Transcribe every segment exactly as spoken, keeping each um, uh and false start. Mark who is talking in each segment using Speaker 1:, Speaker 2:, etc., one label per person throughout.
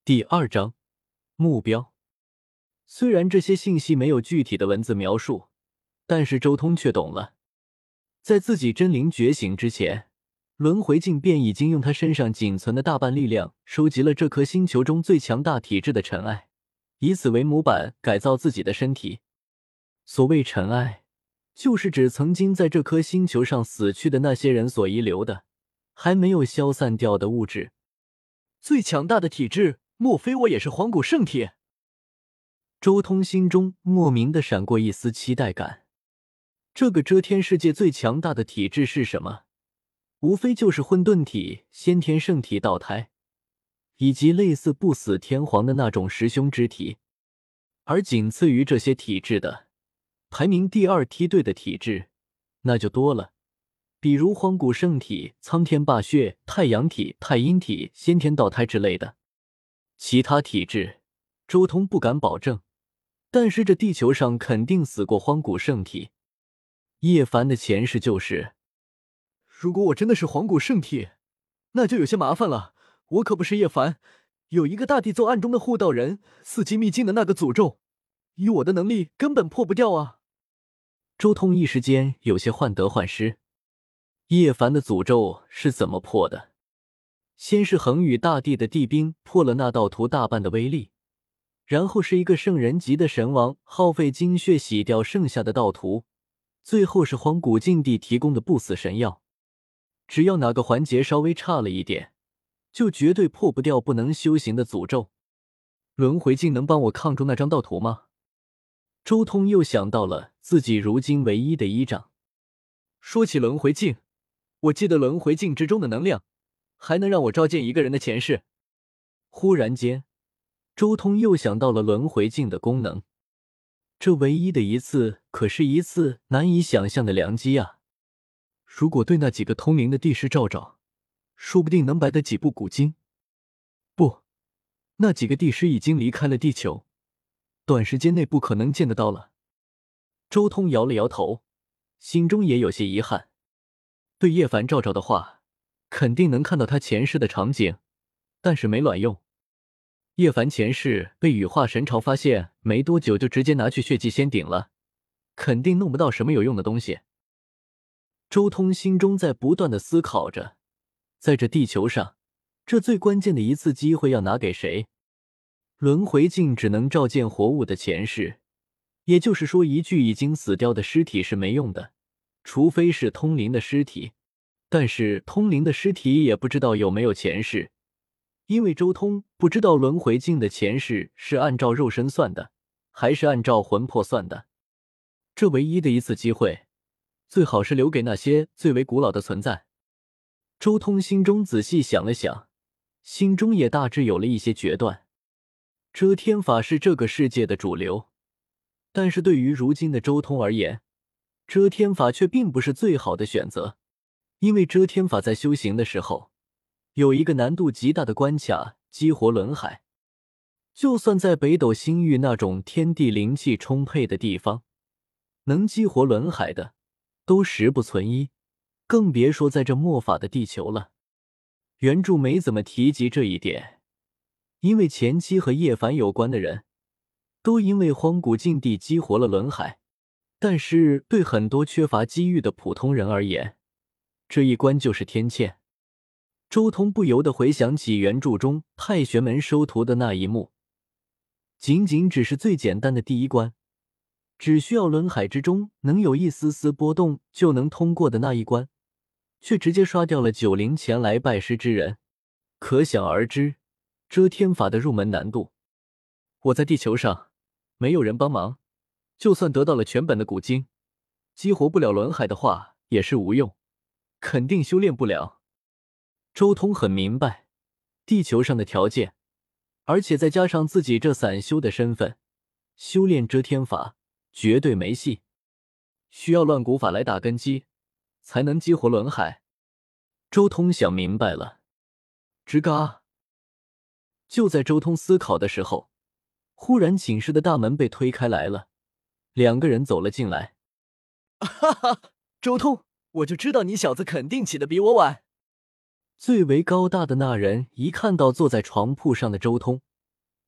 Speaker 1: 第二章目标。虽然这些信息没有具体的文字描述，但是周通却懂了。在自己真灵觉醒之前，轮回镜便已经用他身上仅存的大半力量收集了这颗星球中最强大体质的尘埃，以此为模板改造自己的身体。所谓尘埃，就是指曾经在这颗星球上死去的那些人所遗留的还没有消散掉的物质。最强大的体质，莫非我也是黄古圣体？周通心中莫名的闪过一丝期待感。这个遮天世界最强大的体质是什么？无非就是混沌体、先天圣体道胎，以及类似不死天皇的那种十凶之体。而仅次于这些体质的，排名第二梯队的体质那就多了，比如荒古圣体、苍天霸血、太阳体、太阴体、先天道胎之类的。其他体质周通不敢保证，但是这地球上肯定死过荒古圣体。叶凡的前世就是。如果我真的是黄古圣体，那就有些麻烦了。我可不是叶凡，有一个大地奏暗中的护道人，四级秘境的那个诅咒，以我的能力根本破不掉啊！周通一时间有些患得患失。叶凡的诅咒是怎么破的？先是恒宇大地的地冰破了那道图大半的威力，然后是一个圣人级的神王耗费精血洗掉剩下的道图，最后是荒古禁地提供的不死神药。只要哪个环节稍微差了一点，就绝对破不掉不能修行的诅咒。轮回镜能帮我抗住那张道图吗？周通又想到了自己如今唯一的依仗。说起轮回镜，我记得轮回镜之中的能量还能让我召见一个人的前世。忽然间，周通又想到了轮回镜的功能。这唯一的一次可是一次难以想象的良机啊！如果对那几个通灵的帝师照照，说不定能白得几部古经。不，那几个帝师已经离开了地球，短时间内不可能见得到了。周通摇了摇头，心中也有些遗憾。对叶凡照照的话，肯定能看到他前世的场景，但是没卵用。叶凡前世被羽化神朝发现没多久，就直接拿去血祭仙顶了，肯定弄不到什么有用的东西。周通心中在不断的思考着，在这地球上，这最关键的一次机会要拿给谁？轮回镜只能召见活物的前世，也就是说一具已经死掉的尸体是没用的，除非是通灵的尸体。但是通灵的尸体也不知道有没有前世，因为周通不知道轮回镜的前世是按照肉身算的，还是按照魂魄算的。这唯一的一次机会，最好是留给那些最为古老的存在。周通心中仔细想了想，心中也大致有了一些决断。遮天法是这个世界的主流，但是对于如今的周通而言，遮天法却并不是最好的选择。因为遮天法在修行的时候，有一个难度极大的关卡，激活轮海。就算在北斗星域那种天地灵气充沛的地方，能激活轮海的都十不存一，更别说在这末法的地球了。原著没怎么提及这一点，因为前期和叶凡有关的人都因为荒古禁地激活了轮海，但是对很多缺乏机遇的普通人而言，这一关就是天堑。周通不由得回想起原著中太玄门收徒的那一幕，仅仅只是最简单的第一关，只需要轮海之中能有一丝丝波动就能通过的那一关，却直接刷掉了九灵前来拜师之人，可想而知遮天法的入门难度。我在地球上没有人帮忙，就算得到了全本的古经，激活不了轮海的话也是无用，肯定修炼不了。周通很明白地球上的条件，而且再加上自己这散修的身份，修炼遮天法绝对没戏，需要乱古法来打根基，才能激活轮海。周通想明白了。吱嘎！就在周通思考的时候，忽然寝室的大门被推开来了，两个人走了进来。哈哈，周通，我就知道你小子肯定起得比我晚。最为高大的那人一看到坐在床铺上的周通，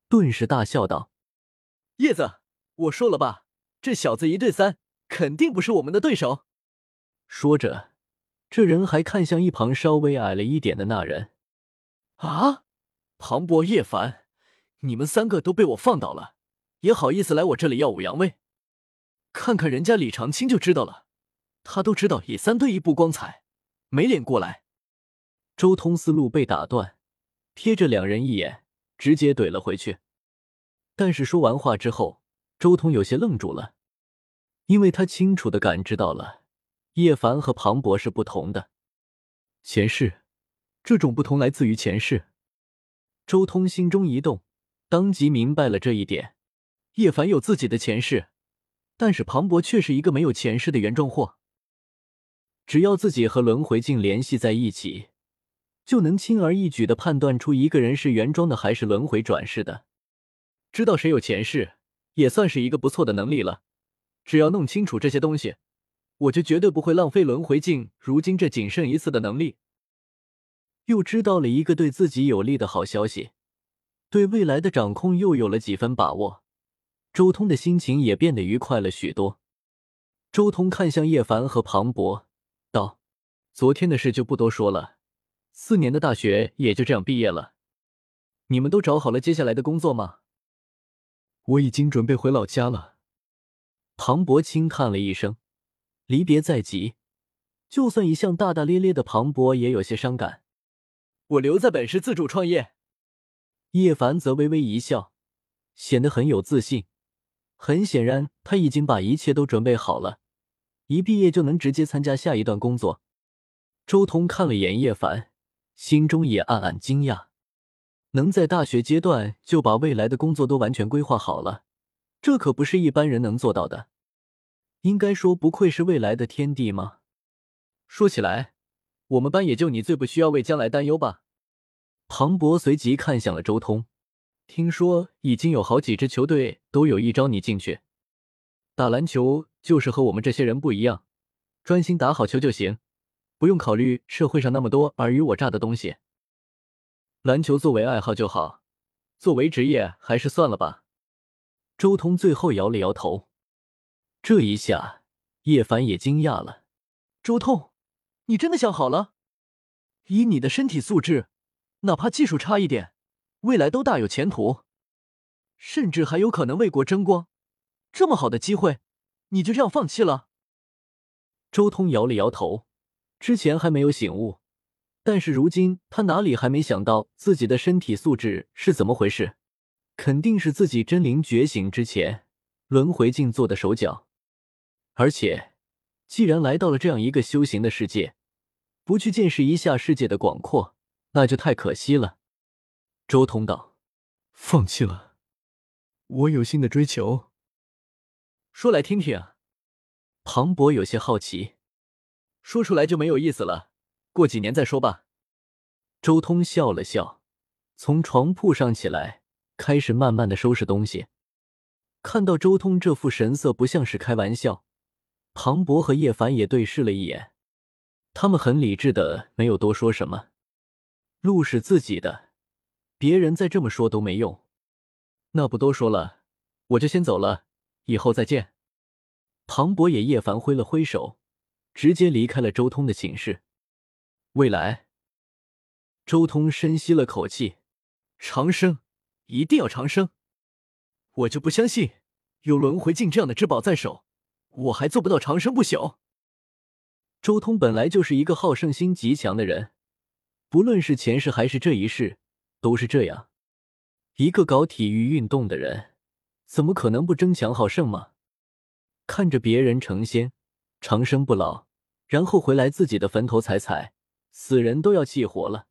Speaker 1: 顿时大笑道：
Speaker 2: 叶子，我说了吧，这小子一对三，肯定不是我们的对手。
Speaker 1: 说着，这人还看向一旁稍微矮了一点的那人。
Speaker 2: 啊，庞博、叶凡，你们三个都被我放倒了，也好意思来我这里耀武扬威？看看人家李长青就知道了，他都知道以三对一不光彩，没脸过来。
Speaker 1: 周通思路被打断，瞥着两人一眼，直接怼了回去。但是说完话之后，周通有些愣住了，因为他清楚地感知到了叶凡和庞博是不同的前世，这种不同来自于前世。周通心中一动，当即明白了这一点。叶凡有自己的前世，但是庞博却是一个没有前世的原装货。只要自己和轮回镜联系在一起，就能轻而易举地判断出一个人是原装的还是轮回转世的。知道谁有前世，也算是一个不错的能力了。只要弄清楚这些东西，我就绝对不会浪费轮回镜如今这仅剩一次的能力。又知道了一个对自己有利的好消息，对未来的掌控又有了几分把握，周通的心情也变得愉快了许多。周通看向叶凡和庞博，道：昨天的事就不多说了，四年的大学也就这样毕业了。你们都找好了接下来的工作吗？我已经准备回老家了。庞博轻叹了一声，离别在即，就算一向大大咧咧的庞博也有些伤感。
Speaker 2: 我留在本市自主创业。
Speaker 1: 叶凡则微微一笑，显得很有自信。很显然，他已经把一切都准备好了，一毕业就能直接参加下一段工作。周通看了眼叶凡，心中也暗暗惊讶，能在大学阶段就把未来的工作都完全规划好了，这可不是一般人能做到的。应该说不愧是未来的天帝吗？说起来，我们班也就你最不需要为将来担忧吧。庞博随即看向了周通，听说已经有好几支球队都有意招你进去。打篮球就是和我们这些人不一样，专心打好球就行，不用考虑社会上那么多尔虞我诈的东西。篮球作为爱好就好，作为职业还是算了吧。周通最后摇了摇头。这一下，叶凡也惊讶了。
Speaker 2: 周通，你真的想好了？以你的身体素质，哪怕技术差一点，未来都大有前途，甚至还有可能为国争光。这么好的机会，你就这样放弃了？
Speaker 1: 周通摇了摇头，之前还没有醒悟，但是如今他哪里还没想到自己的身体素质是怎么回事，肯定是自己真灵觉醒之前轮回镜做的手脚。而且既然来到了这样一个修行的世界，不去见识一下世界的广阔，那就太可惜了。周通道：放弃了，我有新的追求。
Speaker 2: 说来听听啊。
Speaker 1: 庞博有些好奇。
Speaker 2: 说出来就没有意思了，过几年再说吧。
Speaker 1: 周通笑了笑，从床铺上起来，开始慢慢的收拾东西。看到周通这副神色不像是开玩笑，庞博和叶凡也对视了一眼，他们很理智的没有多说什么。路是自己的，别人再这么说都没用。那不多说了，我就先走了，以后再见。庞博也叶凡挥了挥手，直接离开了周通的寝室。未来，周通深吸了口气，
Speaker 2: 长生，一定要长生。我就不相信有轮回镜这样的至宝在手，我还做不到长生不朽。
Speaker 1: 周通本来就是一个好胜心极强的人，不论是前世还是这一世，都是这样。一个搞体育运动的人，怎么可能不争强好胜嘛？看着别人成仙，长生不老，然后回来自己的坟头踩踩，死人都要气活了。